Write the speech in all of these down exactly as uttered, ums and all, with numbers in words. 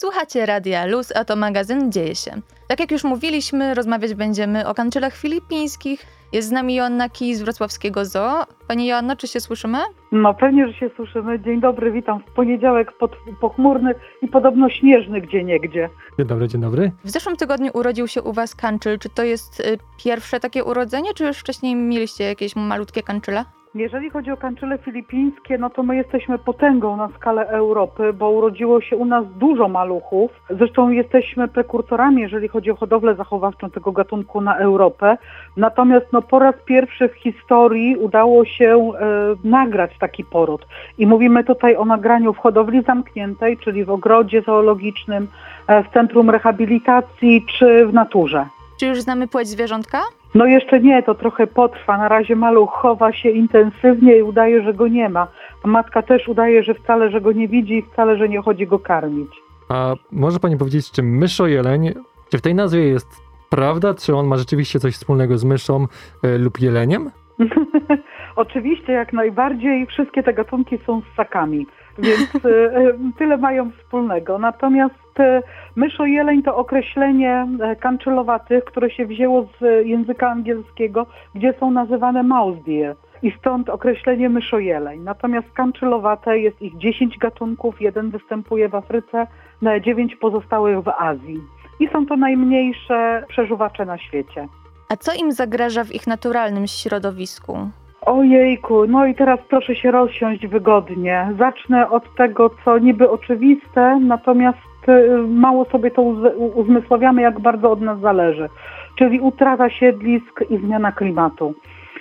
Słuchacie Radia Luz, a to magazyn Dzieje się. Tak jak już mówiliśmy, rozmawiać będziemy o kanczylach filipińskich. Jest z nami Joanna Kij z wrocławskiego zoo. Pani Joanno, czy się słyszymy? No pewnie, że się słyszymy. Dzień dobry, witam w poniedziałek pod, pochmurny i podobno śnieżny gdzieniegdzie. Dzień dobry, dzień dobry. W zeszłym tygodniu urodził się u was kanczyl. Czy to jest y, pierwsze takie urodzenie, czy już wcześniej mieliście jakieś malutkie kanczyle? Jeżeli chodzi o kanczyle filipińskie, no to my jesteśmy potęgą na skalę Europy, bo urodziło się u nas dużo maluchów. Zresztą jesteśmy prekursorami, jeżeli chodzi o hodowlę zachowawczą tego gatunku na Europę. Natomiast no, po raz pierwszy w historii udało się e, nagrać taki poród. I mówimy tutaj o nagraniu w hodowli zamkniętej, czyli w ogrodzie zoologicznym, e, w centrum rehabilitacji czy w naturze. Czy już znamy płeć zwierzątka? No jeszcze nie, to trochę potrwa. Na razie maluch chowa się intensywnie i udaje, że go nie ma. A matka też udaje, że wcale, że go nie widzi i wcale, że nie chodzi go karmić. A może pani powiedzieć, czy myszojeleń, czy w tej nazwie jest prawda? Czy on ma rzeczywiście coś wspólnego z myszą y, lub jeleniem? Oczywiście, jak najbardziej. Wszystkie te gatunki są ssakami, więc y, tyle mają wspólnego. Natomiast y, myszojeleń to określenie y, kanczylowatych, które się wzięło z języka angielskiego, gdzie są nazywane mouse deer. I stąd określenie myszojeleń. Natomiast kanczylowate jest ich dziesięć gatunków, jeden występuje w Afryce, dziewięć pozostałych w Azji. I są to najmniejsze przeżuwacze na świecie. A co im zagraża w ich naturalnym środowisku? Ojejku, no i teraz proszę się rozsiąść wygodnie. Zacznę od tego, co niby oczywiste, natomiast mało sobie to uzmysławiamy, jak bardzo od nas zależy. Czyli utrata siedlisk i zmiana klimatu.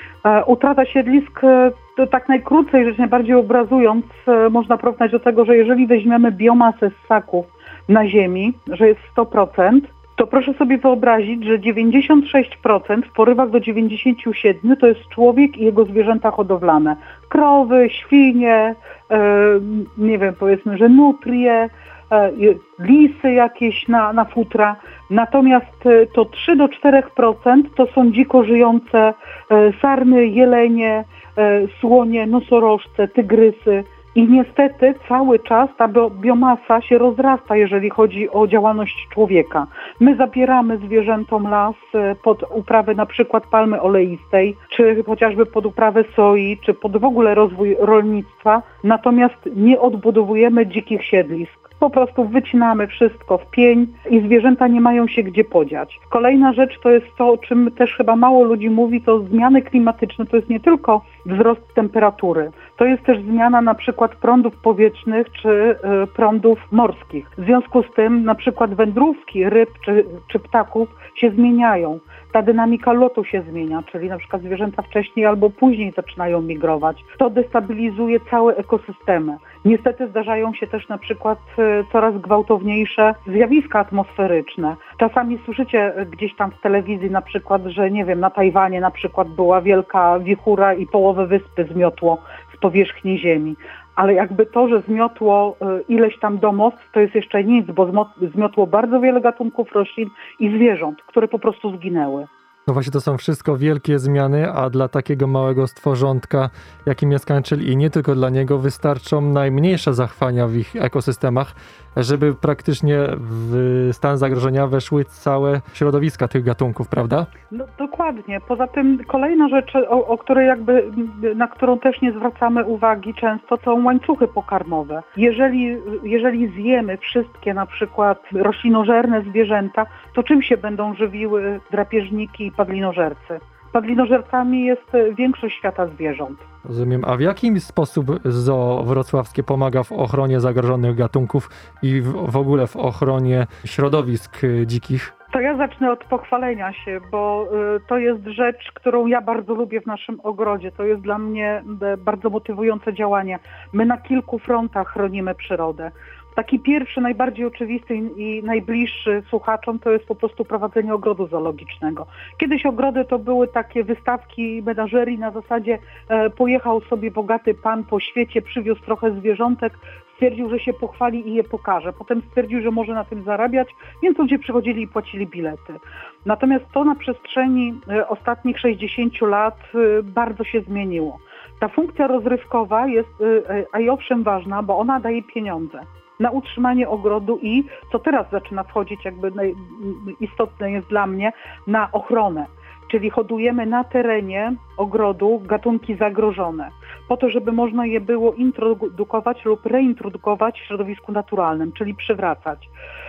Utrata siedlisk, to tak najkrócej, rzecz najbardziej obrazując, można porównać do tego, że jeżeli weźmiemy biomasę ssaków na ziemi, że jest sto procent, to proszę sobie wyobrazić, że dziewięćdziesiąt sześć procent w porywach do dziewięćdziesiąt siedem procent to jest człowiek i jego zwierzęta hodowlane. Krowy, świnie, e, nie wiem, powiedzmy, że nutrie, e, lisy jakieś na, na futra. Natomiast to trzy do czterech procent to są dziko żyjące e, sarny, jelenie, e, słonie, nosorożce, tygrysy. I niestety cały czas ta biomasa się rozrasta, jeżeli chodzi o działalność człowieka. My zabieramy zwierzętom las pod uprawę na przykład palmy oleistej, czy chociażby pod uprawę soi, czy pod w ogóle rozwój rolnictwa, natomiast nie odbudowujemy dzikich siedlisk. Po prostu wycinamy wszystko w pień i zwierzęta nie mają się gdzie podziać. Kolejna rzecz to jest to, o czym też chyba mało ludzi mówi, to zmiany klimatyczne. To jest nie tylko wzrost temperatury. To jest też zmiana na przykład prądów powietrznych czy y, prądów morskich. W związku z tym na przykład wędrówki ryb czy, czy ptaków się zmieniają. Ta dynamika lotu się zmienia, czyli na przykład zwierzęta wcześniej albo później zaczynają migrować. To destabilizuje całe ekosystemy. Niestety zdarzają się też na przykład coraz gwałtowniejsze zjawiska atmosferyczne. Czasami słyszycie gdzieś tam w telewizji na przykład, że nie wiem, na Tajwanie na przykład była wielka wichura i połowę wyspy zmiotło z powierzchni ziemi. Ale jakby to, że zmiotło ileś tam domostw, to jest jeszcze nic, bo zmiotło bardzo wiele gatunków roślin i zwierząt, które po prostu zginęły. No właśnie, to są wszystko wielkie zmiany, a dla takiego małego stworzątka, jakim jest kanczyl, i nie tylko dla niego, wystarczą najmniejsze zachwania w ich ekosystemach, żeby praktycznie w stan zagrożenia weszły całe środowiska tych gatunków, prawda? No dokładnie. Poza tym kolejna rzecz, o, o której jakby, na którą też nie zwracamy uwagi często, to są łańcuchy pokarmowe. Jeżeli, jeżeli zjemy wszystkie na przykład roślinożerne zwierzęta, to czym się będą żywiły drapieżniki i padlinożercy? Padlinożercami jest większość świata zwierząt. Rozumiem. A w jaki sposób zoo wrocławskie pomaga w ochronie zagrożonych gatunków i w, w ogóle w ochronie środowisk dzikich? To ja zacznę od pochwalenia się, bo y, to jest rzecz, którą ja bardzo lubię w naszym ogrodzie. To jest dla mnie y, bardzo motywujące działanie. My na kilku frontach chronimy przyrodę. Taki pierwszy, najbardziej oczywisty i najbliższy słuchaczom to jest po prostu prowadzenie ogrodu zoologicznego. Kiedyś ogrody to były takie wystawki menażerii na zasadzie e, pojechał sobie bogaty pan po świecie, przywiózł trochę zwierzątek, stwierdził, że się pochwali i je pokaże. Potem stwierdził, że może na tym zarabiać, więc ludzie przychodzili i płacili bilety. Natomiast to na przestrzeni e, ostatnich sześćdziesięciu lat e, bardzo się zmieniło. Ta funkcja rozrywkowa jest, e, a i owszem, ważna, bo ona daje pieniądze. na utrzymanie ogrodu i, co teraz zaczyna wchodzić, jakby naj, istotne jest dla mnie, na ochronę. Czyli hodujemy na terenie ogrodu gatunki zagrożone, po to, żeby można je było introdukować lub reintrodukować w środowisku naturalnym, czyli przywracać.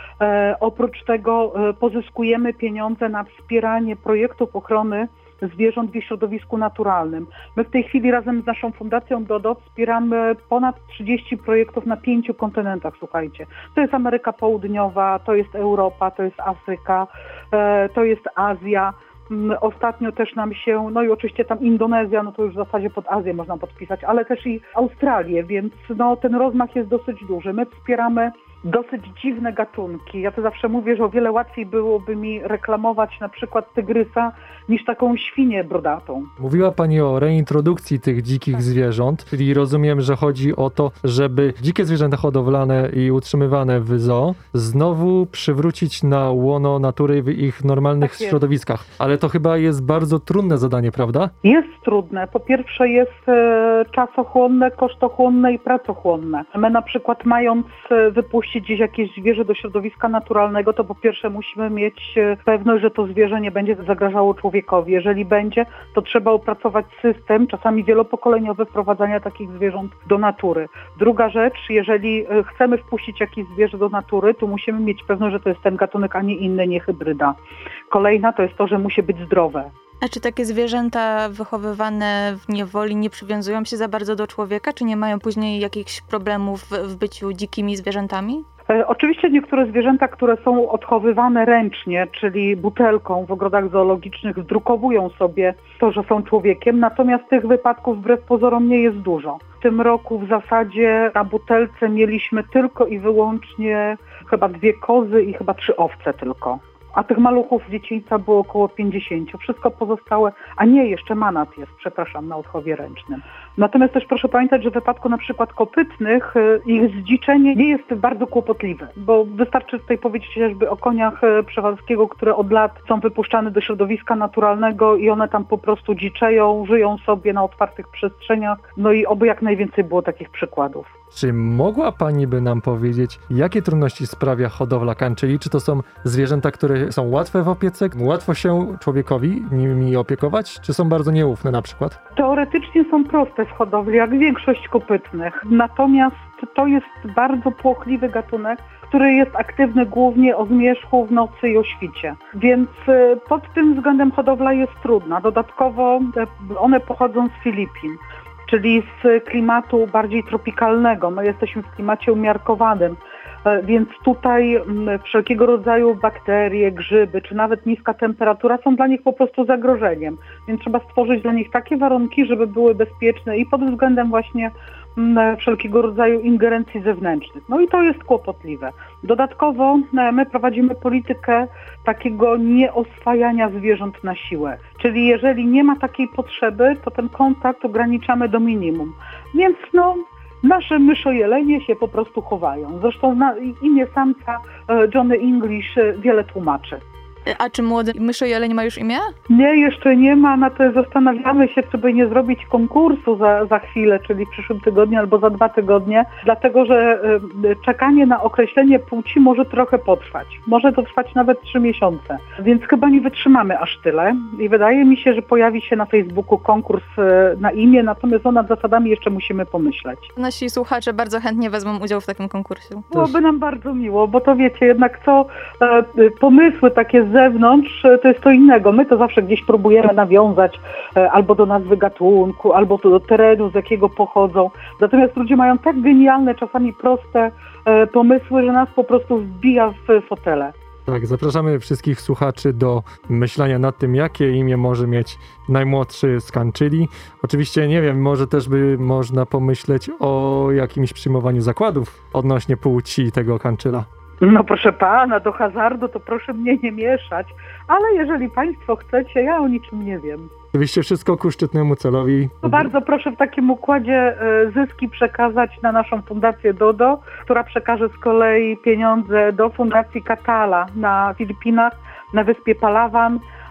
E, oprócz tego e, pozyskujemy pieniądze na wspieranie projektów ochrony zwierząt w ich środowisku naturalnym. My w tej chwili razem z naszą Fundacją DODO wspieramy ponad trzydzieści projektów na pięciu kontynentach, słuchajcie. To jest Ameryka Południowa, to jest Europa, to jest Afryka, e, to jest Azja. Ostatnio też nam się, no i oczywiście tam Indonezja, no to już w zasadzie pod Azję można podpisać, ale też i Australię, więc no ten rozmach jest dosyć duży. My wspieramy dosyć dziwne gatunki. Ja to zawsze mówię, że o wiele łatwiej byłoby mi reklamować na przykład tygrysa niż taką świnię brodatą. Mówiła Pani o reintrodukcji tych dzikich tak. zwierząt, czyli rozumiem, że chodzi o to, żeby dzikie zwierzęta hodowlane i utrzymywane w zoo znowu przywrócić na łono natury w ich normalnych tak środowiskach. Ale to chyba jest bardzo trudne zadanie, prawda? Jest trudne. Po pierwsze jest e, czasochłonne, kosztochłonne i pracochłonne. My na przykład mając e, wypuścić gdzieś jakieś zwierzę do środowiska naturalnego, to po pierwsze musimy mieć pewność, że to zwierzę nie będzie zagrażało człowiekowi. Jeżeli będzie, to trzeba opracować system, czasami wielopokoleniowy, wprowadzania takich zwierząt do natury. Druga rzecz, jeżeli chcemy wpuścić jakieś zwierzę do natury, to musimy mieć pewność, że to jest ten gatunek, a nie inny, nie hybryda. Kolejna to jest to, że musi być zdrowe. A czy takie zwierzęta wychowywane w niewoli nie przywiązują się za bardzo do człowieka, czy nie mają później jakichś problemów w byciu dzikimi zwierzętami? E, oczywiście niektóre zwierzęta, które są odchowywane ręcznie, czyli butelką w ogrodach zoologicznych, wdrukowują sobie to, że są człowiekiem, natomiast tych wypadków wbrew pozorom nie jest dużo. W tym roku w zasadzie na butelce mieliśmy tylko i wyłącznie chyba dwie kozy i chyba trzy owce tylko. A tych maluchów z dzieciństwa było około pięćdziesięciu. Wszystko pozostałe, a nie, jeszcze manat jest, przepraszam, na odchowie ręcznym. Natomiast też proszę pamiętać, że w wypadku na przykład kopytnych ich zdziczenie nie jest bardzo kłopotliwe, bo wystarczy tutaj powiedzieć chociażby o koniach przewalskiego, które od lat są wypuszczane do środowiska naturalnego i one tam po prostu dziczeją, żyją sobie na otwartych przestrzeniach, no i oby jak najwięcej było takich przykładów. Czy mogła Pani by nam powiedzieć, jakie trudności sprawia hodowla kańczyli? Czy to są zwierzęta, które są łatwe w opiece? Łatwo się człowiekowi nimi opiekować? Czy są bardzo nieufne na przykład? Teoretycznie są proste w hodowli, jak większość kopytnych. Natomiast to jest bardzo płochliwy gatunek, który jest aktywny głównie o zmierzchu w nocy i o świcie. Więc pod tym względem hodowla jest trudna. Dodatkowo one pochodzą z Filipin, czyli z klimatu bardziej tropikalnego. My jesteśmy w klimacie umiarkowanym, więc tutaj wszelkiego rodzaju bakterie, grzyby, czy nawet niska temperatura są dla nich po prostu zagrożeniem. Więc trzeba stworzyć dla nich takie warunki, żeby były bezpieczne i pod względem właśnie wszelkiego rodzaju ingerencji zewnętrznych. No i to jest kłopotliwe. Dodatkowo my prowadzimy politykę takiego nieoswajania zwierząt na siłę. Czyli jeżeli nie ma takiej potrzeby, to ten kontakt ograniczamy do minimum. Więc no, nasze myszojelenie się po prostu chowają. Zresztą na imię samca Johnny English wiele tłumaczy. A czy młody myszojeleń ma już imię? Nie, jeszcze nie ma, na to zastanawiamy się, czy by nie zrobić konkursu za, za chwilę, czyli w przyszłym tygodniu albo za dwa tygodnie, dlatego że y, czekanie na określenie płci może trochę potrwać. Może to trwać nawet trzy miesiące, więc chyba nie wytrzymamy aż tyle i wydaje mi się, że pojawi się na Facebooku konkurs y, na imię, natomiast o nad zasadami jeszcze musimy pomyśleć. Nasi słuchacze bardzo chętnie wezmą udział w takim konkursie. Byłoby nam bardzo miło, bo to wiecie, jednak co y, pomysły takie z zewnątrz, to jest to innego. My to zawsze gdzieś próbujemy nawiązać albo do nazwy gatunku, albo do terenu, z jakiego pochodzą. Natomiast ludzie mają tak genialne, czasami proste pomysły, że nas po prostu wbija w fotele. Tak, zapraszamy wszystkich słuchaczy do myślenia nad tym, jakie imię może mieć najmłodszy z kańczyli. Oczywiście, nie wiem, może też by można pomyśleć o jakimś przyjmowaniu zakładów odnośnie płci tego kańczyla. No proszę pana, do hazardu to proszę mnie nie mieszać, ale jeżeli państwo chcecie, ja o niczym nie wiem. Oczywiście wszystko ku szczytnemu celowi. To bardzo proszę w takim układzie zyski przekazać na naszą Fundację DODO, która przekaże z kolei pieniądze do Fundacji Katala na Filipinach, na wyspie Palawan,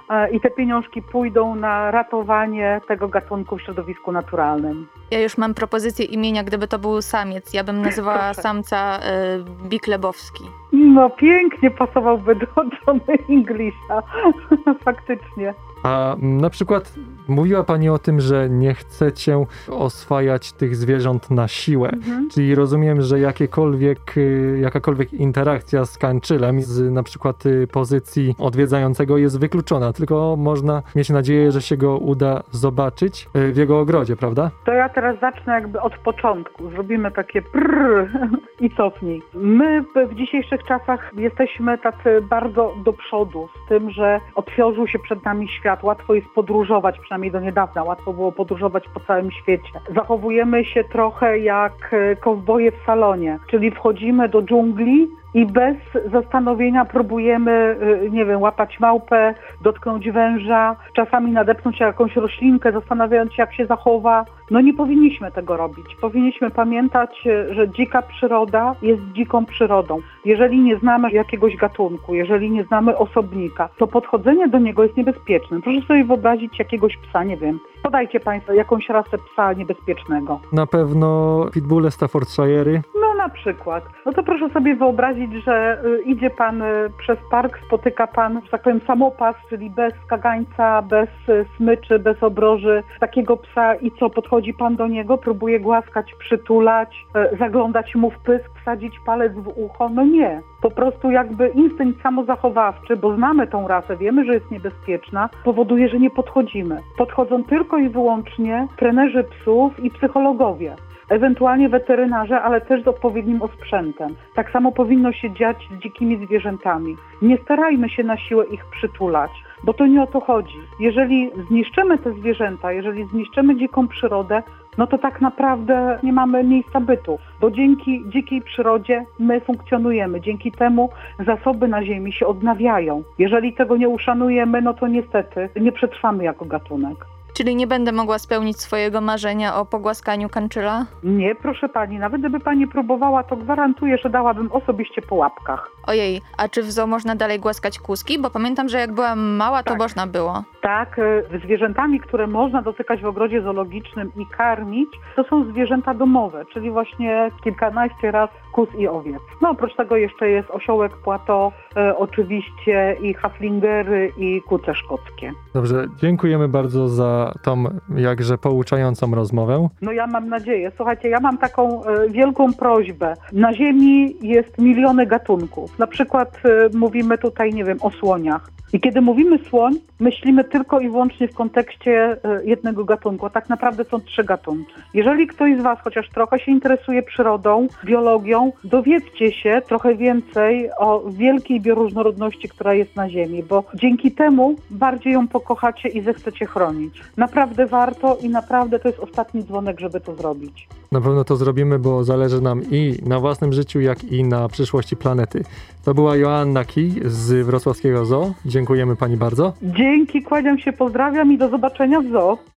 e, i te pieniążki pójdą na ratowanie tego gatunku w środowisku naturalnym. Ja już mam propozycję imienia, gdyby to był samiec. Ja bym nazywała Proszę. samca y, Biklebowski. No pięknie pasowałby do Johnny Englisha, faktycznie. A na przykład mówiła pani o tym, że nie chcecie oswajać tych zwierząt na siłę. Mhm. Czyli rozumiem, że jakiekolwiek, y, jakakolwiek interakcja z kanczylem z na przykład y, pozycji odwiedzającego jest wykluczona, tylko można mieć nadzieję, że się go uda zobaczyć y, w jego ogrodzie, prawda? To ja teraz zacznę jakby od początku. Zrobimy takie prrr i cofnij. My w dzisiejszych czasach jesteśmy tacy bardzo do przodu z tym, że otworzył się przed nami świat. Łatwo jest podróżować, przynajmniej do niedawna. Łatwo było podróżować po całym świecie. Zachowujemy się trochę jak kowboje w salonie, czyli wchodzimy do dżungli i bez zastanowienia próbujemy, nie wiem, łapać małpę, dotknąć węża, czasami nadepnąć się jakąś roślinkę, zastanawiając się, jak się zachowa. No nie powinniśmy tego robić. Powinniśmy pamiętać, że dzika przyroda jest dziką przyrodą. Jeżeli nie znamy jakiegoś gatunku, jeżeli nie znamy osobnika, to podchodzenie do niego jest niebezpieczne. Proszę sobie wyobrazić jakiegoś psa, nie wiem, podajcie Państwo jakąś rasę psa niebezpiecznego. Na pewno pitbulle Staffordshire'y. No na przykład. No to proszę sobie wyobrazić, że y, idzie Pan y, przez park, spotyka Pan, że tak powiem, samopas, czyli bez kagańca, bez y, smyczy, bez obroży, takiego psa i co, podchodzi Pan do niego, próbuje głaskać, przytulać, y, zaglądać mu w pysk, wsadzić palec w ucho? No nie. Po prostu jakby instynkt samozachowawczy, bo znamy tą rasę, wiemy, że jest niebezpieczna, powoduje, że nie podchodzimy. Podchodzą tylko i wyłącznie trenerzy psów i psychologowie. Ewentualnie weterynarze, ale też z odpowiednim osprzętem. Tak samo powinno się dziać z dzikimi zwierzętami. Nie starajmy się na siłę ich przytulać, bo to nie o to chodzi. Jeżeli zniszczymy te zwierzęta, jeżeli zniszczymy dziką przyrodę, no to tak naprawdę nie mamy miejsca bytu, bo dzięki dzikiej przyrodzie my funkcjonujemy. Dzięki temu zasoby na ziemi się odnawiają. Jeżeli tego nie uszanujemy, no to niestety nie przetrwamy jako gatunek. Czyli nie będę mogła spełnić swojego marzenia o pogłaskaniu kanczyla? Nie, proszę pani, nawet gdyby pani próbowała, to gwarantuję, że dałabym osobiście po łapkach. Ojej, a czy w zoo można dalej głaskać kuski? Bo pamiętam, że jak byłam mała, to Tak. można było. Tak, y, zwierzętami, które można dotykać w ogrodzie zoologicznym i karmić, to są zwierzęta domowe, czyli właśnie kilkanaście raz kus i owiec. No oprócz tego jeszcze jest osiołek płato, y, oczywiście i haflingery i kuce szkockie. Dobrze, dziękujemy bardzo za tą jakże pouczającą rozmowę. No ja mam nadzieję. Słuchajcie, ja mam taką y, wielką prośbę. Na Ziemi jest miliony gatunków. Na przykład y, mówimy tutaj, nie wiem, o słoniach. I kiedy mówimy słoń, myślimy tylko i wyłącznie w kontekście y, jednego gatunku. A tak naprawdę są trzy gatunki. Jeżeli ktoś z Was chociaż trochę się interesuje przyrodą, biologią, dowiedzcie się trochę więcej o wielkiej bioróżnorodności, która jest na Ziemi, bo dzięki temu bardziej ją pokochacie i zechcecie chronić. Naprawdę warto i naprawdę to jest ostatni dzwonek, żeby to zrobić. Na pewno to zrobimy, bo zależy nam i na własnym życiu, jak i na przyszłości planety. To była Joanna Kij z Wrocławskiego Zoo. Dziękujemy pani bardzo. Dzięki, kłaniam się, pozdrawiam i do zobaczenia w zoo.